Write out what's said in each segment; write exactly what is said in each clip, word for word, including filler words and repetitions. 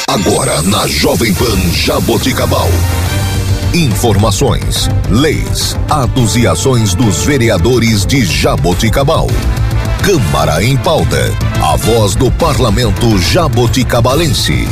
Agora na Jovem Pan Jaboticabal. Informações, leis, atos e ações dos vereadores de Jaboticabal. Câmara em Pauta. A voz do Parlamento jaboticabalense.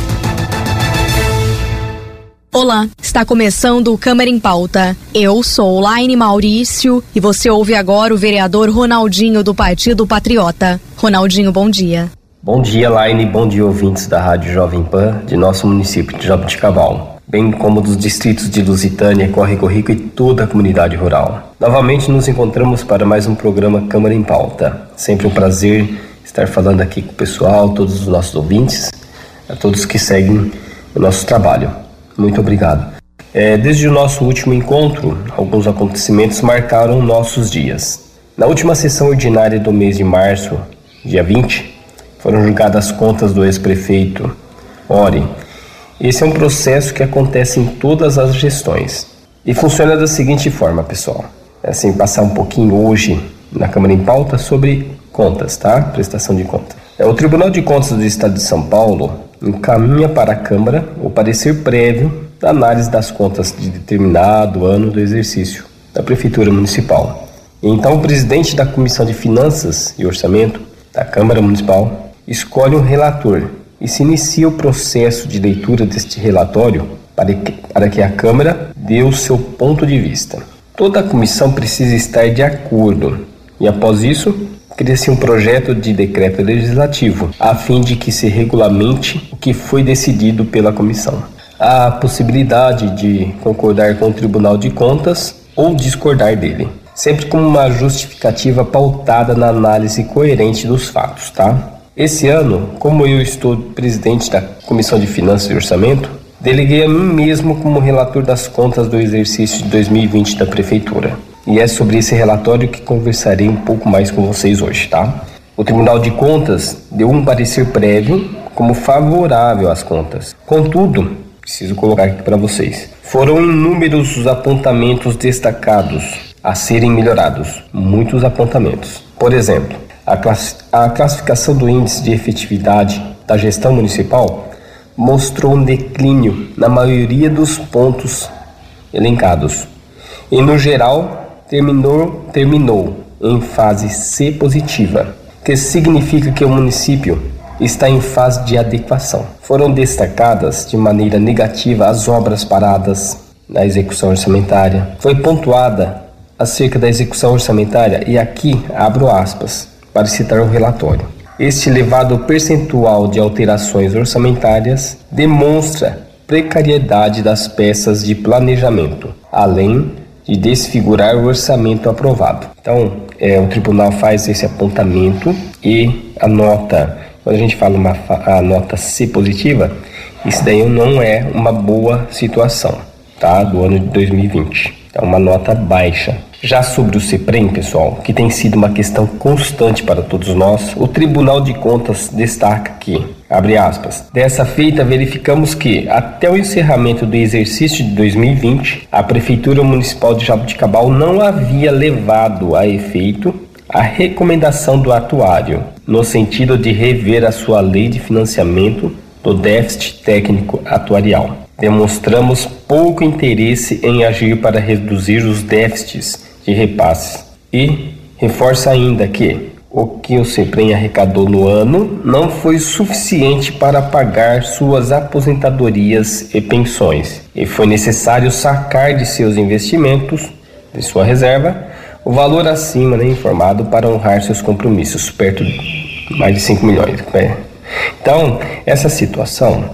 Olá, está começando o Câmara em Pauta. Eu sou Laine Maurício e você ouve agora o vereador Ronaldinho do Partido Patriota. Ronaldinho, bom dia. Bom dia, Laine, bom dia, ouvintes da Rádio Jovem Pan de nosso município de Jaboticabal, bem como dos distritos de Lusitânia, Córrego Rico e toda a comunidade rural. Novamente nos encontramos para mais um programa Câmara em Pauta. Sempre um prazer estar falando aqui com o pessoal, todos os nossos ouvintes, a todos que seguem o nosso trabalho. Muito obrigado. É, desde o nosso último encontro, alguns acontecimentos marcaram nossos dias. Na última sessão ordinária do mês de março, dia vinte, foram julgadas as contas do ex-prefeito Ori. Esse é um processo que acontece em todas as gestões. E funciona da seguinte forma, pessoal. É assim, passar um pouquinho hoje na Câmara em Pauta sobre contas, tá? Prestação de contas. É, o Tribunal de Contas do Estado de São Paulo encaminha para a Câmara o parecer prévio da análise das contas de determinado ano do exercício da Prefeitura Municipal. E então o presidente da Comissão de Finanças e Orçamento da Câmara Municipal escolhe um relator e se inicia o processo de leitura deste relatório para que, para que a Câmara dê o seu ponto de vista. Toda a comissão precisa estar de acordo e, após isso, cria-se um projeto de decreto legislativo a fim de que se regulamente o que foi decidido pela comissão. Há a possibilidade de concordar com o Tribunal de Contas ou discordar dele, sempre com uma justificativa pautada na análise coerente dos fatos, tá? Esse ano, como eu estou presidente da Comissão de Finanças e Orçamento, deleguei a mim mesmo como relator das contas do exercício de dois mil e vinte da Prefeitura. E é sobre esse relatório que conversarei um pouco mais com vocês hoje, tá? O Tribunal de Contas deu um parecer prévio como favorável às contas. Contudo, preciso colocar aqui para vocês, foram inúmeros os apontamentos destacados a serem melhorados. Muitos apontamentos. Por exemplo, a, class- a classificação do índice de efetividade da gestão municipal mostrou um declínio na maioria dos pontos elencados. E, no geral, terminou, terminou em fase C positiva, que significa que o município está em fase de adequação. Foram destacadas de maneira negativa as obras paradas na execução orçamentária. Foi pontuada acerca da execução orçamentária, e aqui abro aspas para citar o relatório. Este elevado percentual de alterações orçamentárias demonstra precariedade das peças de planejamento, além de desfigurar o orçamento aprovado. Então, é, o tribunal faz esse apontamento e a nota, quando a gente fala uma a nota C positiva, isso daí não é uma boa situação, tá? Do ano de dois mil e vinte. É uma nota baixa. Já sobre o CEPREM, pessoal, que tem sido uma questão constante para todos nós, o Tribunal de Contas destaca que, abre aspas, dessa feita verificamos que, até o encerramento do exercício de dois mil e vinte, a Prefeitura Municipal de Jaboticabal não havia levado a efeito a recomendação do atuário, no sentido de rever a sua lei de financiamento do déficit técnico atuarial. Demonstramos pouco interesse em agir para reduzir os déficits de repasses e reforça ainda que o que o CEPREM arrecadou no ano não foi suficiente para pagar suas aposentadorias e pensões e foi necessário sacar de seus investimentos, de sua reserva, o valor acima, né, informado para honrar seus compromissos, perto de mais de cinco milhões. Né? Então, essa situação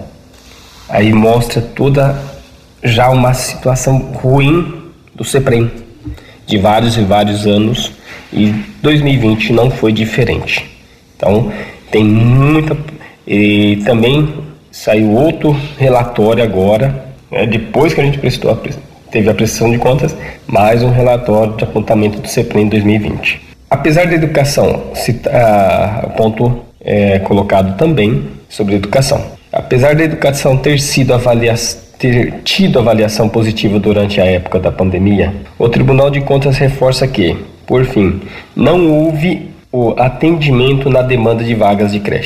aí mostra toda já uma situação ruim do CEPREM, de vários e vários anos, e dois mil e vinte não foi diferente. Então, tem muita... E também saiu outro relatório agora, né, depois que a gente prestou a, teve a prestação de contas, mais um relatório de apontamento do CEPREM em dois mil e vinte. Apesar da educação, o ponto é colocado também sobre a educação. Apesar da educação ter sido avaliação ter tido avaliação positiva durante a época da pandemia, o Tribunal de Contas reforça que, por fim, não houve o atendimento na demanda de vagas de creche.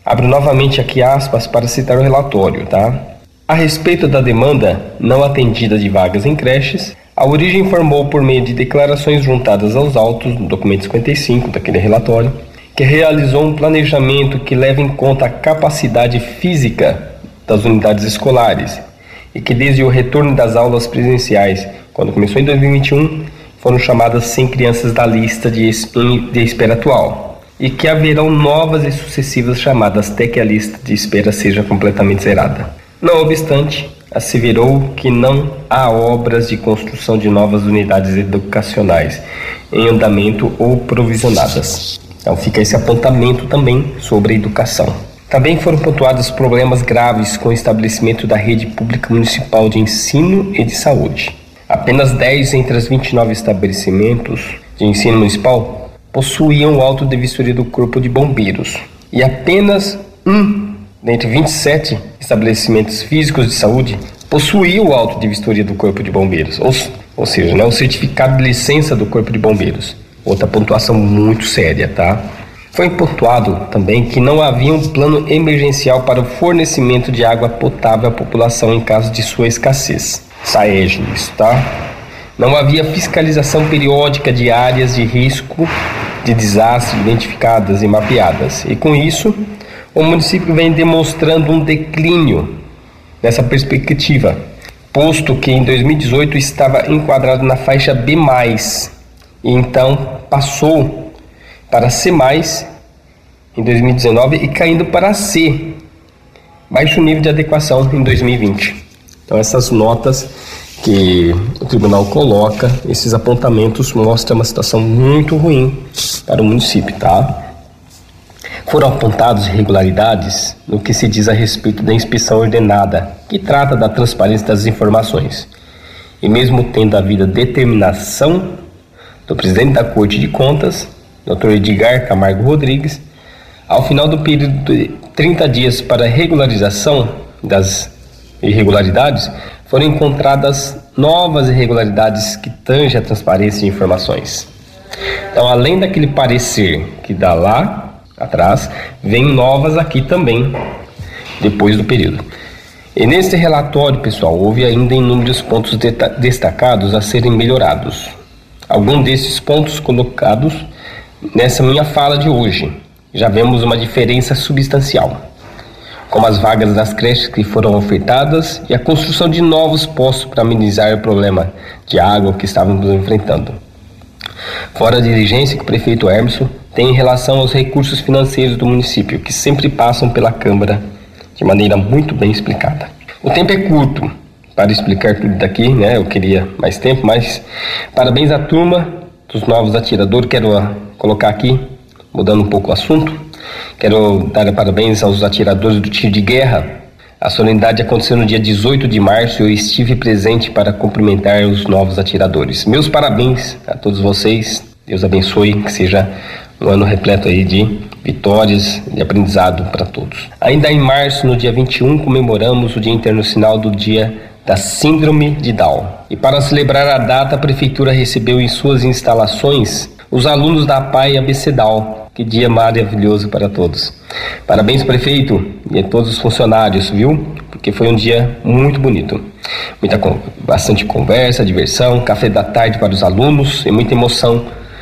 Abro novamente aqui aspas para citar o relatório, tá? A respeito da demanda não atendida de vagas em creches, a Origem informou por meio de declarações juntadas aos autos, no documento cinquenta e cinco daquele relatório, que realizou um planejamento que leva em conta a capacidade física das unidades escolares e que desde o retorno das aulas presenciais, quando começou em dois mil e vinte e um, foram chamadas cem crianças da lista de, de espera atual e que haverão novas e sucessivas chamadas até que a lista de espera seja completamente zerada. Não obstante, asseverou que não há obras de construção de novas unidades educacionais em andamento ou provisionadas. Então fica esse apontamento também sobre a educação. Também foram pontuados problemas graves com o estabelecimento da rede pública municipal de ensino e de saúde. Apenas dez entre os vinte e nove estabelecimentos de ensino municipal possuíam o auto de vistoria do Corpo de Bombeiros e apenas um dentre vinte e sete estabelecimentos físicos de saúde possuía o auto de vistoria do Corpo de Bombeiros, ou, ou seja, né, o certificado de licença do Corpo de Bombeiros. Outra pontuação muito séria, tá? Foi pontuado também que não havia um plano emergencial para o fornecimento de água potável à população em caso de sua escassez. SAEG, isso, tá? Não havia fiscalização periódica de áreas de risco de desastre identificadas e mapeadas. E com isso, o município vem demonstrando um declínio nessa perspectiva, posto que em dois mil e dezoito estava enquadrado na faixa B mais, e então passou para C mais, em dois mil e dezenove, e caindo para C, baixo nível de adequação em dois mil e vinte. Então essas notas que o tribunal coloca, esses apontamentos mostram uma situação muito ruim para o município, tá? Foram apontadas irregularidades no que se diz a respeito da inspeção ordenada, que trata da transparência das informações. E mesmo tendo havido determinação do presidente da Corte de Contas, doutor Edgar Camargo Rodrigues, ao final do período de trinta dias para regularização das irregularidades, foram encontradas novas irregularidades que tangem a transparência de informações. Então, além daquele parecer que dá lá atrás, vem novas aqui também, depois do período. E nesse relatório, pessoal, houve ainda inúmeros pontos destacados a serem melhorados. Alguns desses pontos colocados nessa minha fala de hoje, já vemos uma diferença substancial, como as vagas das creches que foram ofertadas e a construção de novos postos para amenizar o problema de água que estávamos enfrentando. Fora a diligência que o prefeito Hermeson tem em relação aos recursos financeiros do município, que sempre passam pela Câmara de maneira muito bem explicada. O tempo é curto para explicar tudo daqui, né? Eu queria mais tempo, mas parabéns à turma dos novos atiradores. Quero uh, colocar aqui, mudando um pouco o assunto, quero dar parabéns aos atiradores do tiro de guerra. A solenidade aconteceu no dia dezoito de março e eu estive presente para cumprimentar os novos atiradores. Meus parabéns a todos vocês, Deus abençoe, que seja um ano repleto aí de vitórias e aprendizado para todos. Ainda em março, no dia vinte e um, comemoramos o Dia Internacional do Dia da Síndrome de Down. E para celebrar a data, a Prefeitura recebeu em suas instalações os alunos da P A I A B C Down. Que dia maravilhoso para todos. Parabéns, prefeito, e a todos os funcionários, viu? Porque foi um dia muito bonito. Muita, bastante conversa, diversão, café da tarde para os alunos e muita emoção,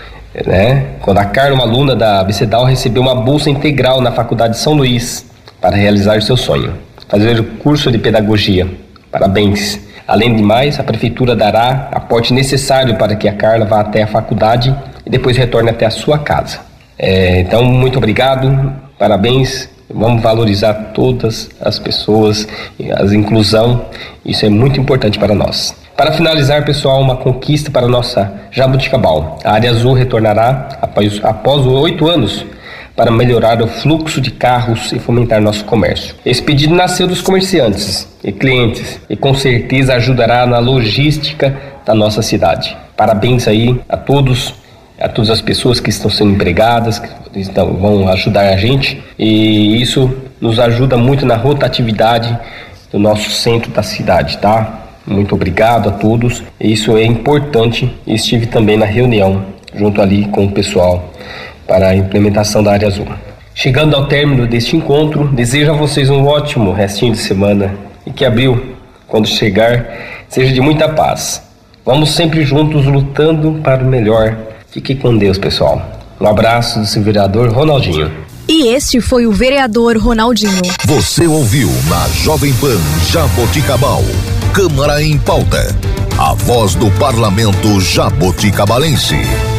né? Quando a Carla, uma aluna da A B C Down, recebeu uma bolsa integral na Faculdade de São Luís para realizar seu sonho, fazer o curso de pedagogia. Parabéns. Além de mais, a prefeitura dará aporte necessário para que a Carla vá até a faculdade e depois retorne até a sua casa. É, então, muito obrigado, parabéns, vamos valorizar todas as pessoas, a inclusão, isso é muito importante para nós. Para finalizar, pessoal, uma conquista para a nossa Jaboticabal. A área azul retornará após, após oito anos para melhorar o fluxo de carros e fomentar nosso comércio. Esse pedido nasceu dos comerciantes e clientes e com certeza ajudará na logística da nossa cidade. Parabéns aí a todos, a todas as pessoas que estão sendo empregadas, que estão, vão ajudar a gente, e isso nos ajuda muito na rotatividade do nosso centro da cidade, tá? Muito obrigado a todos, isso é importante. Estive também na reunião junto ali com o pessoal para a implementação da área azul. Chegando ao término deste encontro, desejo a vocês um ótimo restinho de semana e que abril, quando chegar, seja de muita paz. Vamos sempre juntos lutando para o melhor. Fique com Deus, pessoal. Um abraço do seu vereador Ronaldinho. E este foi o vereador Ronaldinho. Você ouviu na Jovem Pan Jaboticabal, Câmara em Pauta, a voz do Parlamento Jaboticabalense.